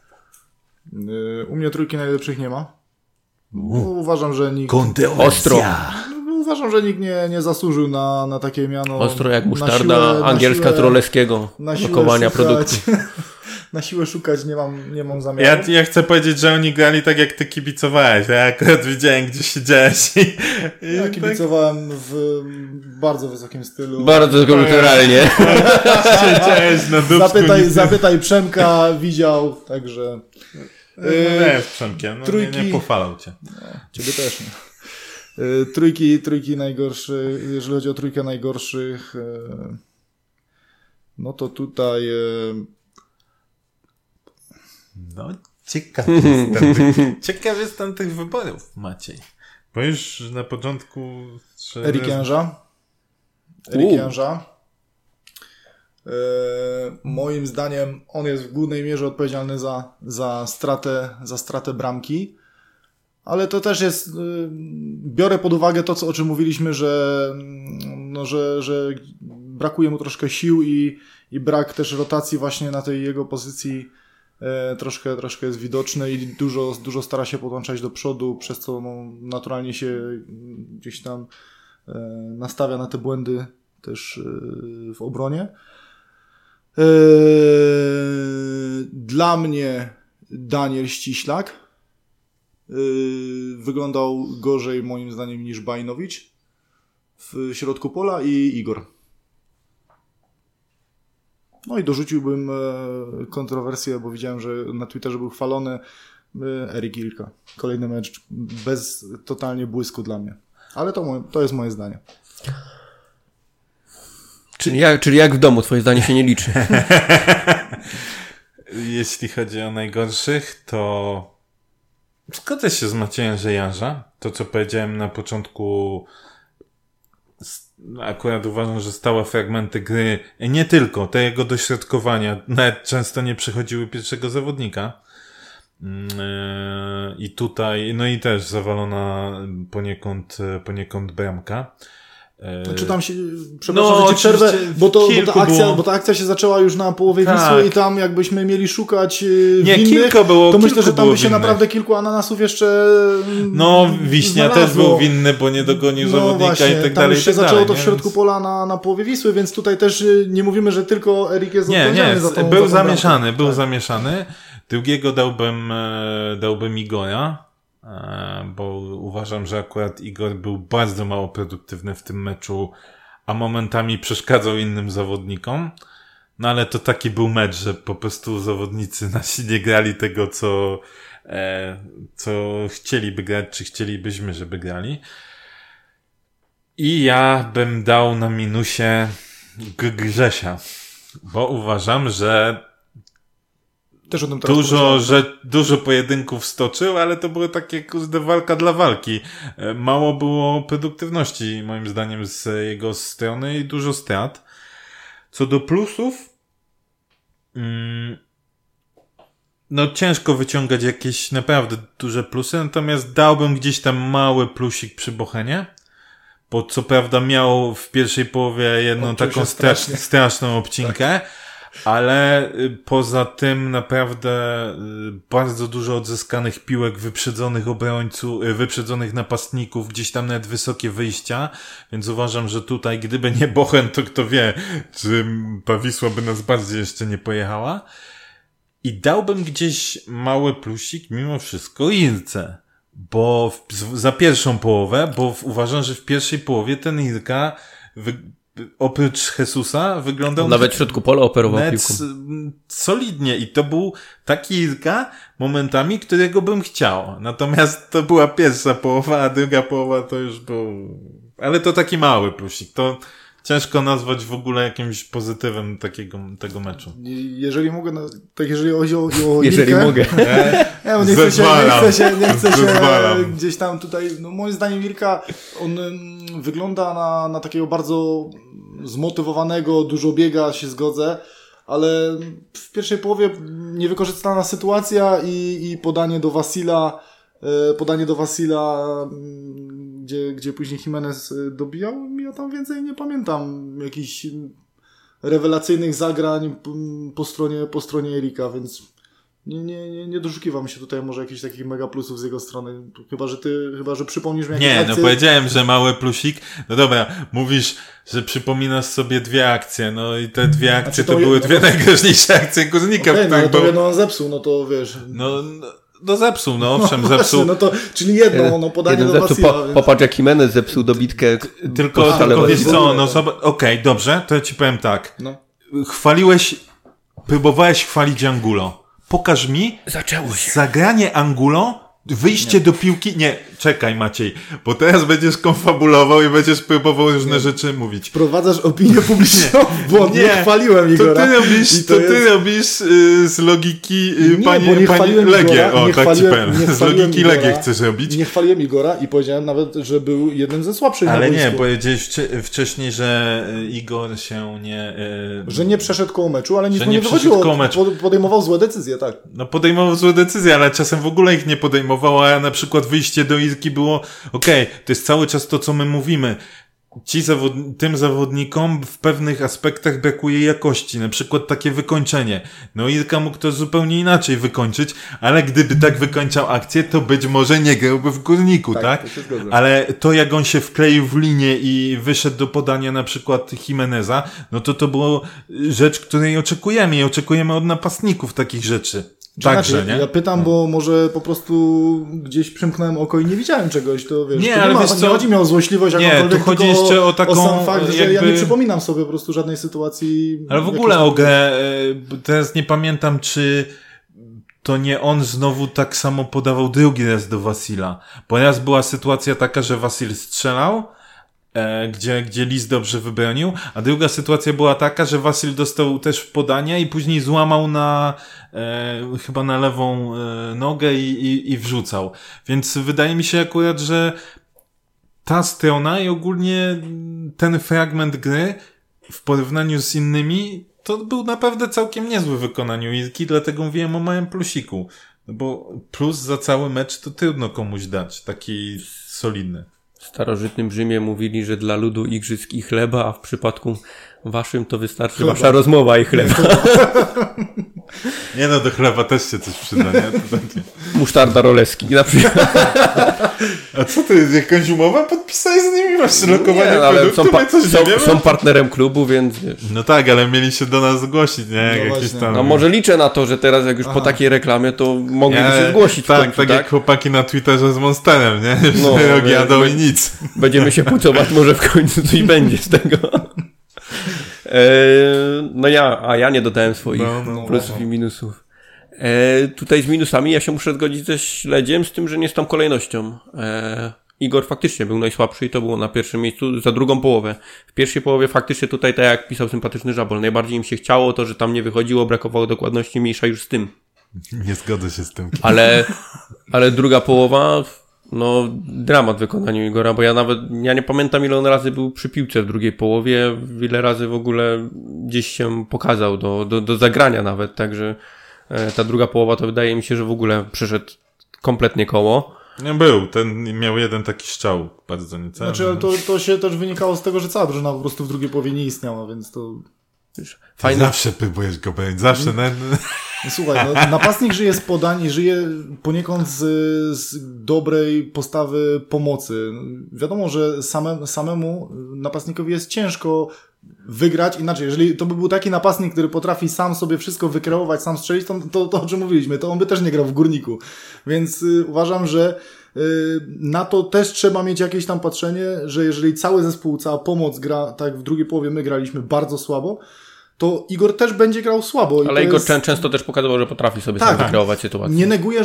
U mnie trójki najlepszych nie ma. Uważam, że nikt... Ostro. Uważam, że nikt nie zasłużył na takie miano. Ostro jak musztarda angielska Troleskiego. Lokowania produktu. Na siłę szukać nie mam zamiaru. Ja chcę powiedzieć, że oni grali tak, jak ty kibicowałeś. Ja akurat widziałem, gdzie siedziałeś. Ja kibicowałem w bardzo wysokim stylu. Bardzo kulturalnie. Siedziałeś na dupsku. Zapytaj Przemka, widział, także... z Przemkiem, nie pochwalał cię. Ciebie też nie. Trójki najgorsze, jeżeli chodzi o trójkę najgorszych, no to tutaj... No, ciekaw jestem tych wyborów, Maciej. Bo już na początku... Erik Jęża. Moim zdaniem on jest w głównej mierze odpowiedzialny za stratę bramki, ale to też jest... Biorę pod uwagę to, o czym mówiliśmy, że brakuje mu troszkę sił i brak też rotacji właśnie na tej jego pozycji troszkę jest widoczny i dużo stara się podłączać do przodu, przez co naturalnie się gdzieś tam nastawia na te błędy też w obronie. Dla mnie Daniel Ściślak wyglądał gorzej moim zdaniem niż Bajnowicz w środku pola i Igor. No i dorzuciłbym kontrowersję, bo widziałem, że na Twitterze był chwalony Erik Ilka. Kolejny mecz bez totalnie błysku dla mnie. Ale to jest moje zdanie. Czyli jak w domu, twoje zdanie się nie liczy. Jeśli chodzi o najgorszych, to zgodzę się z Maciejem Żejarza. To, co powiedziałem na początku, akurat uważam, że stałe fragmenty gry, nie tylko, te jego dośrodkowania nawet często nie przechodziły pierwszego zawodnika. I tutaj, no i też zawalona poniekąd bramka. Czytam się, przepraszam, że ci przerwę, bo ta akcja się zaczęła już na połowie Wisły i tam jakbyśmy mieli szukać winnych, to myślę, że tam by się naprawdę kilku ananasów jeszcze Wiśnia znalazło. też był winny, bo nie dogonił zawodnika właśnie, i tak dalej. Tam już się zaczęło to w środku pola na połowie Wisły, więc tutaj też nie mówimy, że tylko Erik jest odpowiedzialny za tą był zamieszany, zamieszany. Drugiego dałbym Igora. Bo uważam, że akurat Igor był bardzo mało produktywny w tym meczu, a momentami przeszkadzał innym zawodnikom. No ale to taki był mecz, że po prostu zawodnicy nasi nie grali tego, co chcieliby grać, czy chcielibyśmy, żeby grali. I ja bym dał na minusie Grzesia, bo uważam, że też o tym dużo pojedynków stoczył, ale to były takie walka dla walki. Mało było produktywności, moim zdaniem, z jego strony i dużo strat. Co do plusów, ciężko wyciągać jakieś naprawdę duże plusy, natomiast dałbym gdzieś tam mały plusik przy Bochenie, bo co prawda miał w pierwszej połowie jedną taką straszną obcinkę, Ale poza tym naprawdę bardzo dużo odzyskanych piłek, wyprzedzonych obrońców, wyprzedzonych napastników, gdzieś tam nawet wysokie wyjścia, więc uważam, że tutaj gdyby nie Bochen, to kto wie, czy ta Wisła by nas bardziej jeszcze nie pojechała. I dałbym gdzieś mały plusik mimo wszystko Irce, bo za pierwszą połowę, bo uważam, że w pierwszej połowie ten Irka oprócz Jesusa wyglądał... Nawet w środku pola operował piłką. Solidnie i to był taki Irka momentami, którego bym chciał. Natomiast to była pierwsza połowa, a druga połowa to już był... Ale to taki mały plusik. To ciężko nazwać w ogóle jakimś pozytywem tego meczu. Jeżeli mogę, tak jeżeli chodzi o jeżeli Irkę, mogę. nie chcę się gdzieś tam tutaj, no moim zdaniem Irka, on wygląda na takiego bardzo zmotywowanego, dużo biega, się zgodzę, ale w pierwszej połowie niewykorzystana sytuacja i podanie do Wasila, gdzie później Jimenez dobijał. Ja tam więcej nie pamiętam jakichś rewelacyjnych zagrań po stronie Erika, więc nie doszukiwam się tutaj może jakichś takich mega plusów z jego strony. Chyba, że przypomnisz mi jakieś akcje. No powiedziałem, że mały plusik. No dobra, mówisz, że przypominasz sobie dwie akcje, no i te dwie akcje to były dwie najgroźniejsze akcje Górnika. Okay, no ale to jedno on zepsuł, no to wiesz... No zepsuł, owszem, zepsuł. No to, czyli jedno, podanie do Wasila. Popatrz, jak Jimenez zepsuł dobitkę. Tylko wiesz co, okej, dobrze, to ja ci powiem tak. No. Próbowałeś chwalić Angulo. Pokaż mi zagranie Angulo, wyjście do piłki. Nie, czekaj Maciej, bo teraz będziesz konfabulował i będziesz próbował różne rzeczy mówić. Wprowadzasz opinię publiczną, bo nie chwaliłem Igora. To ty robisz z logiki pani Legię. O, tak ci powiem. Z logiki Legię chcesz robić. Nie chwaliłem Igora i powiedziałem nawet, że był jednym ze słabszych na boisku. boisku. Ale nie, powiedziałeś wcześniej, że Igor się nie... Że nie przeszedł koło meczu, ale nic mu nie wychodziło. Podejmował złe decyzje, tak. No podejmował złe decyzje, ale czasem w ogóle ich nie podejmował, a na przykład wyjście do Irki było okej, to jest cały czas to, co my mówimy. Tym zawodnikom w pewnych aspektach brakuje jakości, na przykład takie wykończenie. No Irka mógł to zupełnie inaczej wykończyć, ale gdyby tak wykończał akcję, to być może nie grałby w Górniku, tak? Ale to jak on się wkleił w linię i wyszedł do podania na przykład Jimeneza, no to było rzecz, której oczekujemy i oczekujemy od napastników takich rzeczy. Także, nie? Ja pytam, bo może po prostu gdzieś przymknąłem oko i nie widziałem czegoś, to wiesz, nie, ale nie chodzi mi o złośliwość, tu chodzi jeszcze o taką... O sam fakt, że ja nie przypominam sobie po prostu żadnej sytuacji... Ale w ogóle o grę, teraz nie pamiętam, czy to nie on znowu tak samo podawał drugi raz do Wasila, bo raz była sytuacja taka, że Wasil strzelał, gdzie Lis dobrze wybronił, a druga sytuacja była taka, że Wasil dostał też podania i później złamał chyba na lewą nogę i wrzucał. Więc wydaje mi się akurat, że ta strona i ogólnie ten fragment gry w porównaniu z innymi to był naprawdę całkiem niezły w wykonaniu Irki, dlatego mówiłem o małym plusiku. No bo plus za cały mecz to trudno komuś dać, taki solidny. W starożytnym Rzymie mówili, że dla ludu igrzysk i chleba, a w przypadku waszym to wystarczy wasza rozmowa i chleba. Nie no, do chleba też się coś przyda, nie? To takie... Musztarda Roleski na przykład. A co ty, jakąś umowę podpisałeś z nimi? Masz lokowanie produktu? Są partnerem klubu, więc wiesz. No tak, ale mieli się do nas zgłosić, nie? No jakieś tam... No może liczę na to, że teraz jak już po takiej reklamie, to mogliby się zgłosić. Tak, tak jak chłopaki na Twitterze z Monsterem, nie? No, jadą i nic. Będziemy się pucować, może w końcu coś będzie z tego. Ja nie dodałem swoich plusów i minusów. Tutaj z minusami ja się muszę zgodzić ze Śledziem, z tym, że nie z tą kolejnością. Igor faktycznie był najsłabszy i to było na pierwszym miejscu za drugą połowę. W pierwszej połowie faktycznie tutaj, tak jak pisał sympatyczny Żabol, najbardziej im się chciało to, że tam nie wychodziło, brakowało dokładności, mniejsza już z tym. Nie zgodzę się z tym. Ale druga połowa, dramat w wykonaniu Igora, bo ja nie pamiętam, ile on razy był przy piłce w drugiej połowie, ile razy w ogóle gdzieś się pokazał do zagrania nawet, także ta druga połowa to wydaje mi się, że w ogóle przeszedł kompletnie koło. Nie był, ten miał jeden taki strzał bardzo niecelny. Znaczy, to się też wynikało z tego, że cała drużyna po prostu w drugiej połowie nie istniała, więc to... Fajny. Zawsze próbujesz go bronić, zawsze. No, słuchaj, no, napastnik żyje z podań i żyje poniekąd z dobrej postawy pomocy. wiadomo, że samemu napastnikowi jest ciężko wygrać. Inaczej, jeżeli to by był taki napastnik, który potrafi sam sobie wszystko wykreować, sam strzelić, to o czym mówiliśmy, to on by też nie grał w Górniku. Więc uważam, że na to też trzeba mieć jakieś tam patrzenie, że jeżeli cały zespół, cała pomoc gra, tak w drugiej połowie my graliśmy bardzo słabo, to Igor też będzie grał słabo. Ale Igor często też pokazywał, że potrafi sobie sam wykreować sytuację. Nie neguję,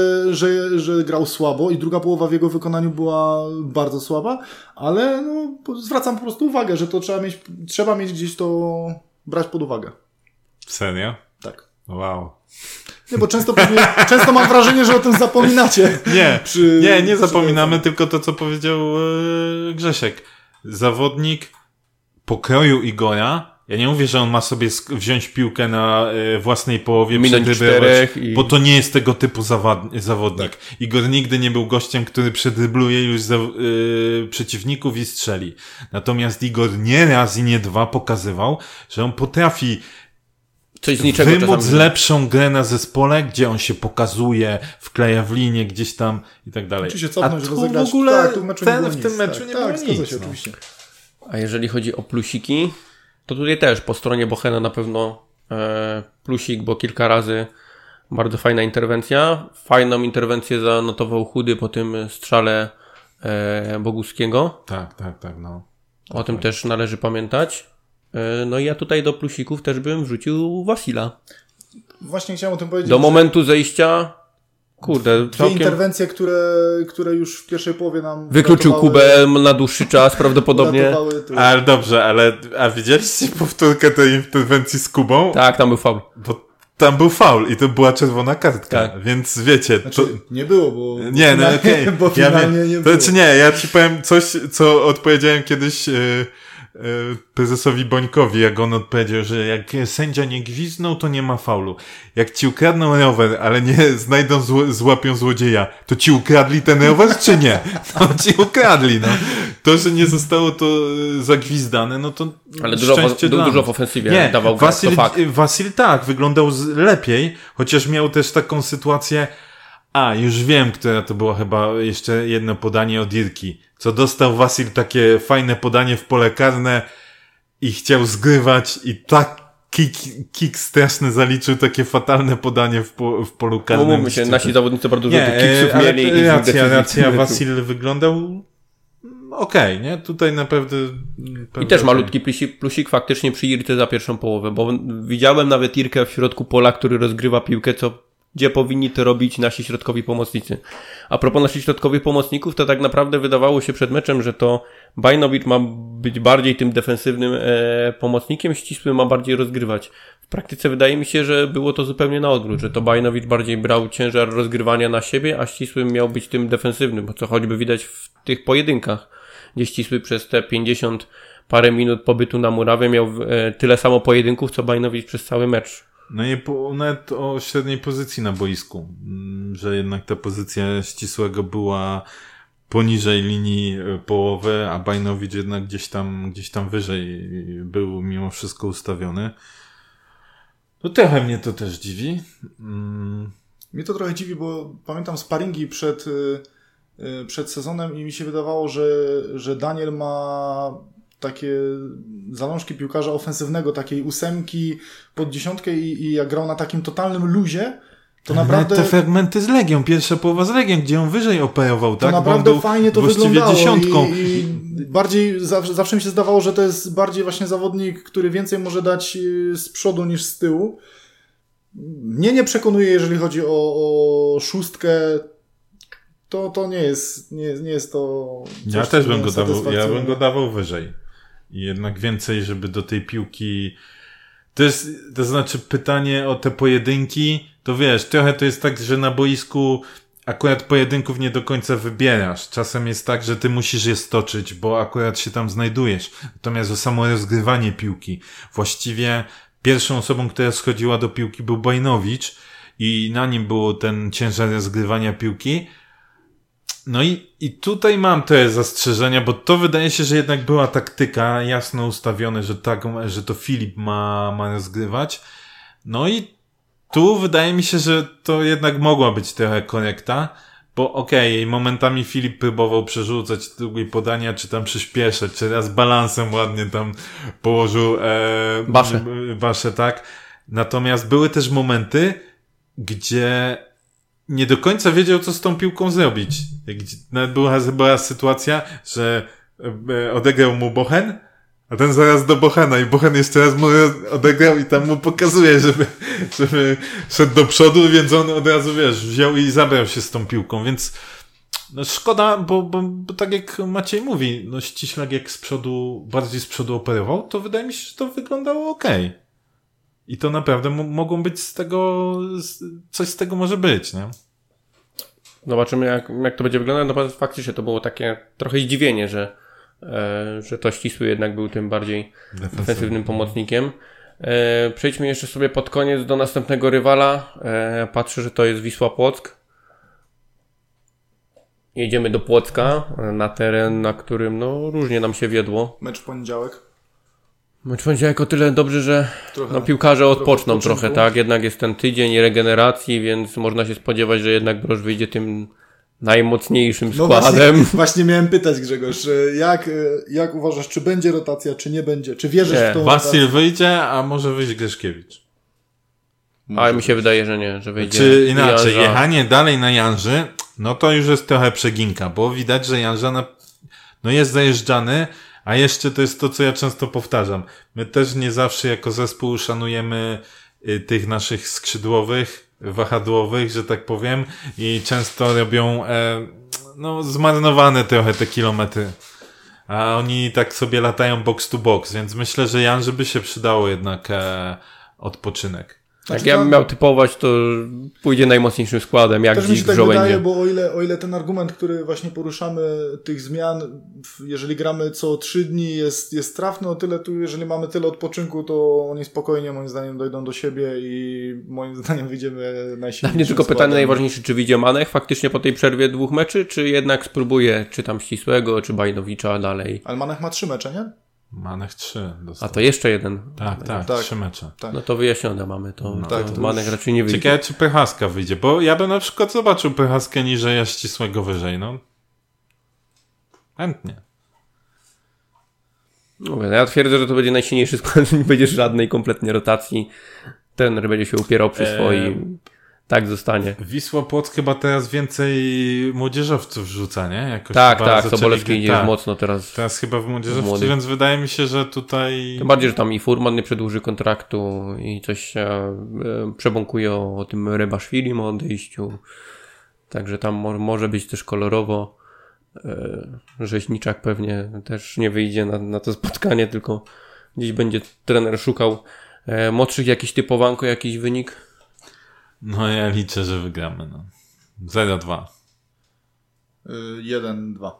że grał słabo i druga połowa w jego wykonaniu była bardzo słaba, ale no, zwracam po prostu uwagę, że to trzeba mieć gdzieś to brać pod uwagę. Serio? Tak. Wow. Nie, bo często mam wrażenie, że o tym zapominacie. Nie zapominamy, tylko to, co powiedział Grzesiek. Zawodnik pokroju Igora. Ja nie mówię, że on ma sobie wziąć piłkę na własnej połowie, przedryblować, bo to nie jest tego typu zawodnik. Tak. Igor nigdy nie był gościem, który przedrybluje już przeciwników i strzeli. Natomiast Igor nie raz i nie dwa pokazywał, że on potrafi coś z niczego wymóc lepszą grę na zespole, gdzie on się pokazuje, wkleja w linię gdzieś tam i tak dalej. Oczywiście cofnąć, a tu w ogóle w tym meczu nie było nic. Się, oczywiście. A jeżeli chodzi o plusiki, to tutaj też po stronie Bochena na pewno plusik, bo kilka razy bardzo fajna interwencja. Fajną interwencję zanotował Chudy po tym strzale Boguskiego. Tak, no. O tym też należy pamiętać. No i ja tutaj do plusików też bym wrzucił Wasila. Właśnie chciałem o tym powiedzieć. Do momentu zejścia, kurde, dwie interwencje, które już w pierwszej połowie nam wykluczył Kubę na dłuższy czas prawdopodobnie. Ale dobrze, a widzieliście powtórkę tej interwencji z Kubą? Tak, tam był faul. Bo tam był faul i to była czerwona kartka, tak. Więc wiecie... Znaczy, nie było, bo... Nie, no okej. Okay. Bo finalnie nie było. To znaczy nie, ja ci powiem coś, co odpowiedziałem kiedyś prezesowi Bońkowi, jak on odpowiedział, że jak sędzia nie gwizdnął, to nie ma faulu. Jak ci ukradną rower, ale nie znajdą, złapią złodzieja, to ci ukradli ten rower, czy nie? No ci ukradli, no. To, że nie zostało to zagwizdane, no to ale dużo w ofensywie nie, dawał Wasil tak, wyglądał lepiej, chociaż miał też taką sytuację, już wiem, która to była chyba jeszcze jedno podanie od Irki. Co dostał Wasil takie fajne podanie w pole karne i chciał zgrywać i tak kick straszny zaliczył, takie fatalne podanie w polu karnym. No mówmy się, nasi zawodnicy bardzo dużo tych kicksów mieli. Racja, Wasil wyglądał okej, nie? Tutaj naprawdę... I też malutki plusik faktycznie przy Irce za pierwszą połowę, bo widziałem nawet Irkę w środku pola, który rozgrywa piłkę, gdzie powinni to robić nasi środkowi pomocnicy. A propos naszych środkowych pomocników, to tak naprawdę wydawało się przed meczem, że to Bajnowicz ma być bardziej tym defensywnym pomocnikiem, Ścisły ma bardziej rozgrywać. W praktyce wydaje mi się, że było to zupełnie na odwrót, że to Bajnowicz bardziej brał ciężar rozgrywania na siebie, a Ścisły miał być tym defensywnym, bo co choćby widać w tych pojedynkach, gdzie Ścisły przez te 50 parę minut pobytu na murawie miał tyle samo pojedynków, co Bajnowicz przez cały mecz. No i nawet o średniej pozycji na boisku, że jednak ta pozycja Ścisłego była poniżej linii połowy, a Bajnowicz jednak gdzieś tam wyżej był mimo wszystko ustawiony. No trochę mnie to też dziwi. Mnie to trochę dziwi, bo pamiętam sparingi przed sezonem i mi się wydawało, że Daniel ma takie zalążki piłkarza ofensywnego, takiej 8 pod 10 i jak grał na takim totalnym luzie, to naprawdę... Te fragmenty z Legią, pierwsza połowa z Legią, gdzie on wyżej operował, to tak? naprawdę fajnie to wyglądało dziesiątką. I bardziej, zawsze mi się zdawało, że to jest bardziej właśnie zawodnik, który więcej może dać z przodu niż z tyłu. Mnie nie przekonuje, jeżeli chodzi o szóstkę, to nie jest to... Ja też bym go dawał wyżej. I jednak więcej, żeby do tej piłki... To znaczy pytanie o te pojedynki, to wiesz, trochę to jest tak, że na boisku akurat pojedynków nie do końca wybierasz. Czasem jest tak, że ty musisz je stoczyć, bo akurat się tam znajdujesz. Natomiast o samo rozgrywanie piłki. Właściwie pierwszą osobą, która schodziła do piłki był Bajnowicz i na nim było ten ciężar rozgrywania piłki. No i tutaj mam te zastrzeżenia, bo to wydaje się, że jednak była taktyka jasno ustawione, że to Filip ma rozgrywać. No i tu wydaje mi się, że to jednak mogła być trochę korekta, bo okej, momentami Filip próbował przerzucać drugie podania, czy tam przyspieszać, czy raz balansem ładnie tam położył Baszę, tak. Natomiast były też momenty, gdzie nie do końca wiedział, co z tą piłką zrobić. Nawet była sytuacja, że odegrał mu Bochen, a ten zaraz do Bochena i Bochen jeszcze raz mu odegrał i tam mu pokazuje, żeby szedł do przodu, więc on od razu, wziął i zabrał się z tą piłką, więc no szkoda, bo tak jak Maciej mówi, no Ściślak jak bardziej z przodu operował, to wydaje mi się, że to wyglądało okej. I to naprawdę mogą być coś z tego może być, nie? Zobaczymy, jak to będzie wyglądać. No faktycznie to było takie trochę zdziwienie, że to Ścisły jednak był tym bardziej defensywnym pomocnikiem. Przejdźmy jeszcze sobie pod koniec do następnego rywala. Patrzę, że to jest Wisła Płock. Jedziemy do Płocka, na teren, na którym no różnie nam się wiedło. Mecz w poniedziałek. Mecz w poniedziałek o tyle dobry, że piłkarze odpoczną trochę, tak? Jednak jest ten tydzień regeneracji, więc można się spodziewać, że jednak Broż wyjdzie tym najmocniejszym składem. Właśnie miałem pytać, Grzegorz, jak uważasz, czy będzie rotacja, czy nie będzie? Czy wierzysz w tą rotację? Wasil wyjdzie, a może wyjść Greszkiewicz. Ale mi się wydaje, że nie, że wyjdzie. Czy inaczej, jechanie dalej na Janży, no to już jest trochę przeginka, bo widać, że Janża jest zajeżdżany, a jeszcze to jest to, co ja często powtarzam. My też nie zawsze jako zespół szanujemy tych naszych skrzydłowych, wahadłowych, że tak powiem, i często robią zmarnowane trochę te kilometry. A oni tak sobie latają box to box, więc myślę, że Janży by się przydało jednak odpoczynek. Jak ja bym miał typować, to pójdzie najmocniejszym składem, jak dziś w Żołędzie. Wydaje, bo o ile ten argument, który właśnie poruszamy, tych zmian, jeżeli gramy co 3 dni jest trafny, o tyle tu, jeżeli mamy tyle odpoczynku, to oni spokojnie moim zdaniem dojdą do siebie i moim zdaniem wyjdziemy najsilniejszym. Dla mnie tylko pytanie najważniejsze, czy wyjdzie Manech faktycznie po tej przerwie 2 meczy, czy jednak spróbuje, czy tam Ścisłego, czy Bajnowicza dalej. Ale Manech ma 3 mecze, nie? Manech 3 dostał. A to jeszcze jeden. Tak, 3 mecze. Tak. No to wyjaśnione mamy to. To Manech raczej nie wyjdzie. Ciekawe, czy Prochaska wyjdzie, bo ja bym na przykład zobaczył Prochaskę niżej, a Ścisłego wyżej, no. Chętnie. No, ja twierdzę, że to będzie najsilniejszy skład, nie będzie żadnej kompletnie rotacji. Trener będzie się upierał przy swoim. Tak zostanie. Wisła Płock chyba teraz więcej młodzieżowców rzuca, nie? Jakoś tak, Sobolewski idzie mocno teraz. Teraz chyba w młodzieżowcu, więc wydaje mi się, że tutaj... Tym bardziej, że tam i Furman nie przedłuży kontraktu i coś przebąkuje o tym Rebaszwilim, o odejściu. Także tam może być też kolorowo. Rzeźniczak pewnie też nie wyjdzie na to spotkanie, tylko gdzieś będzie trener szukał młodszych, jakiś typowanko, jakiś wynik. No ja liczę, że wygramy. 0-2. 1-2.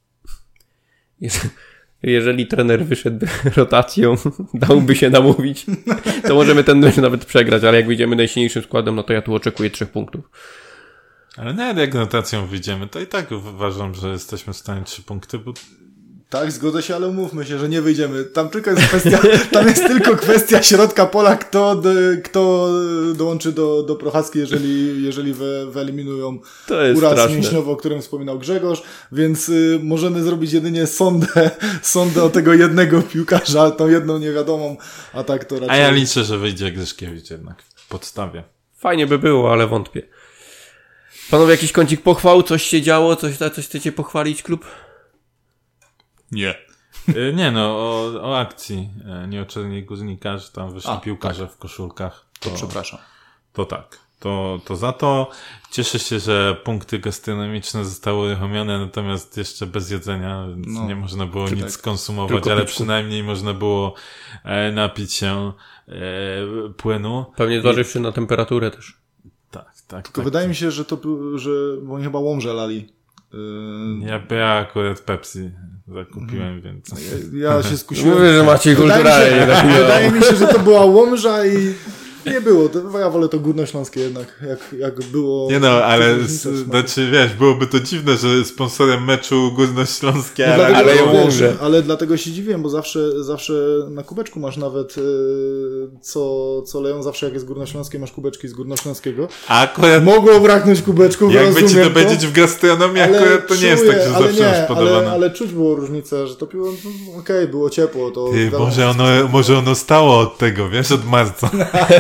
Jeżeli trener wyszedł rotacją, dałby się namówić, to możemy ten mecz nawet przegrać, ale jak wyjdziemy najsilniejszym składem, no to ja tu oczekuję 3 punktów. Ale nawet jak rotacją wyjdziemy, to i tak uważam, że jesteśmy w stanie 3 punkty, bo... Tak, zgodzę się, ale umówmy się, że nie wyjdziemy. Tam jest tylko kwestia środka pola, kto dołączy do Prochaski, jeżeli wyeliminują uraz mięśniowy, o którym wspominał Grzegorz, więc możemy zrobić jedynie sondę o tego jednego piłkarza, tą jedną niewiadomą, a tak to raczej... A ja liczę, że wyjdzie Grzyszkiewicz jednak w podstawie. Fajnie by było, ale wątpię. Panowie, jakiś kącik pochwał? Coś się działo? Coś chcecie pochwalić klub? Nie. Nie o akcji. Nie o Czerni Górnika, że tam wyszli piłkarze w koszulkach. To przepraszam. To tak. To za to cieszę się, że punkty gastronomiczne zostały uruchomione, natomiast jeszcze bez jedzenia, więc nie można było nic skonsumować, ale przynajmniej można było napić się płynu. Pewnie zważywszy na temperaturę też. Tak. Tylko wydaje mi się, że bo oni chyba Łomżę lali. Ja akurat Pepsi zakupiłem, więc... Ja się skusiłem. Mówię, że macie kulturalnie. Wydaje mi się, że to była Łomża Nie było, ja wolę to Górnośląskie jednak, jak było... Nie no, ale znaczy wiesz, byłoby to dziwne, że sponsorem meczu Górnośląskie, ale dlatego się dziwiłem, bo zawsze na kubeczku masz nawet co leją, zawsze jak jest Górnośląskie, masz kubeczki z Górnośląskiego. A akurat mogło braknąć kubeczków, jakby ci to powiedzieć w gastronomii, akurat to nie jest tak, że zawsze masz podawane. Ale czuć było różnicę, że to piło, okej, było ciepło. To może ono stało od tego, wiesz, od marca.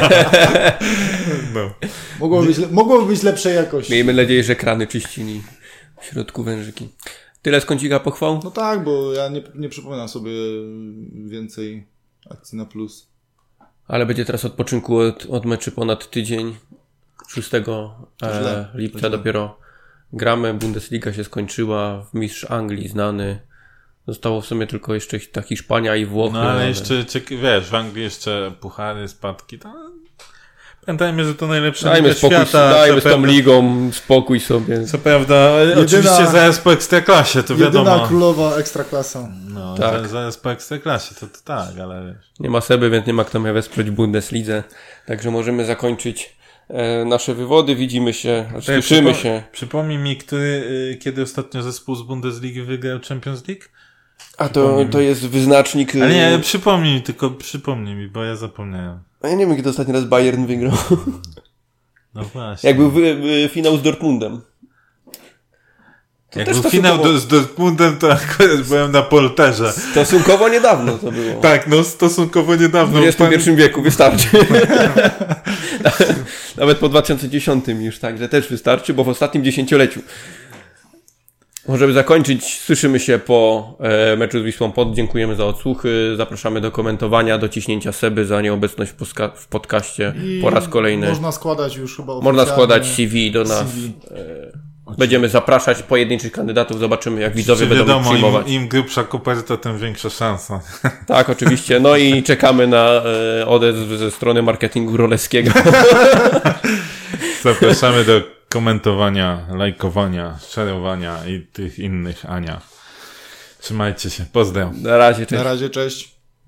No. Mogłoby być lepszej jakości. Miejmy nadzieję, że krany czyścili w środku wężyki. Tyle z kącika pochwał? No tak, bo ja nie przypominam sobie więcej akcji na plus. Ale będzie teraz odpoczynku od meczy ponad tydzień. 6 lipca dopiero gramy. Bundesliga się skończyła. Mistrz Anglii znany. Zostało w sumie tylko jeszcze ta Hiszpania i Włochy. No ale jeszcze, wiesz, w Anglii jeszcze puchary, spadki. To... Pamiętajmy, że to najlepsza liga świata. Dajmy z tą ligą spokój sobie. Co prawda, oczywiście zaraz po Ekstraklasie, to wiadomo. Jedyna królowa Ekstraklasa. No, tak. Zaraz po Ekstraklasie, to tak, ale wiesz. Nie ma Seby, więc nie ma kto mnie wesprzeć w Bundeslidze. Także możemy zakończyć nasze wywody. Widzimy się, słyszymy się. Przypomnij mi, kiedy ostatnio zespół z Bundesligi wygrał Champions League? A to jest wyznacznik... Ale nie, przypomnij mi, bo ja zapomniałem. A ja nie wiem, kiedy ostatni raz Bayern wygrał. No właśnie. Jak był finał z Dortmundem. Jak był finał z Dortmundem, to akurat byłem na Polterze. Stosunkowo niedawno to było. Tak, no stosunkowo niedawno. W XXI wieku wystarczy. Nawet po 2010 już, także też wystarczy, bo w ostatnim dziesięcioleciu. Możemy zakończyć. Słyszymy się po meczu z Wisłą Płock. Dziękujemy za odsłuchy. Zapraszamy do komentowania, do ciśnięcia Seby za nieobecność w podcaście po raz kolejny. Można składać już chyba Można składać CV do nas. Będziemy zapraszać pojedynczych kandydatów. Zobaczymy, jak widzowie będą przyjmować. Im grubsza koperta, tym większa szansa. Tak, oczywiście. No i czekamy na odezw ze strony marketingu roleskiego. Zapraszamy do komentowania, lajkowania, szerowania i tych innych Ania. Trzymajcie się. Pozdrawiam. Na razie, cześć. Na razie, cześć.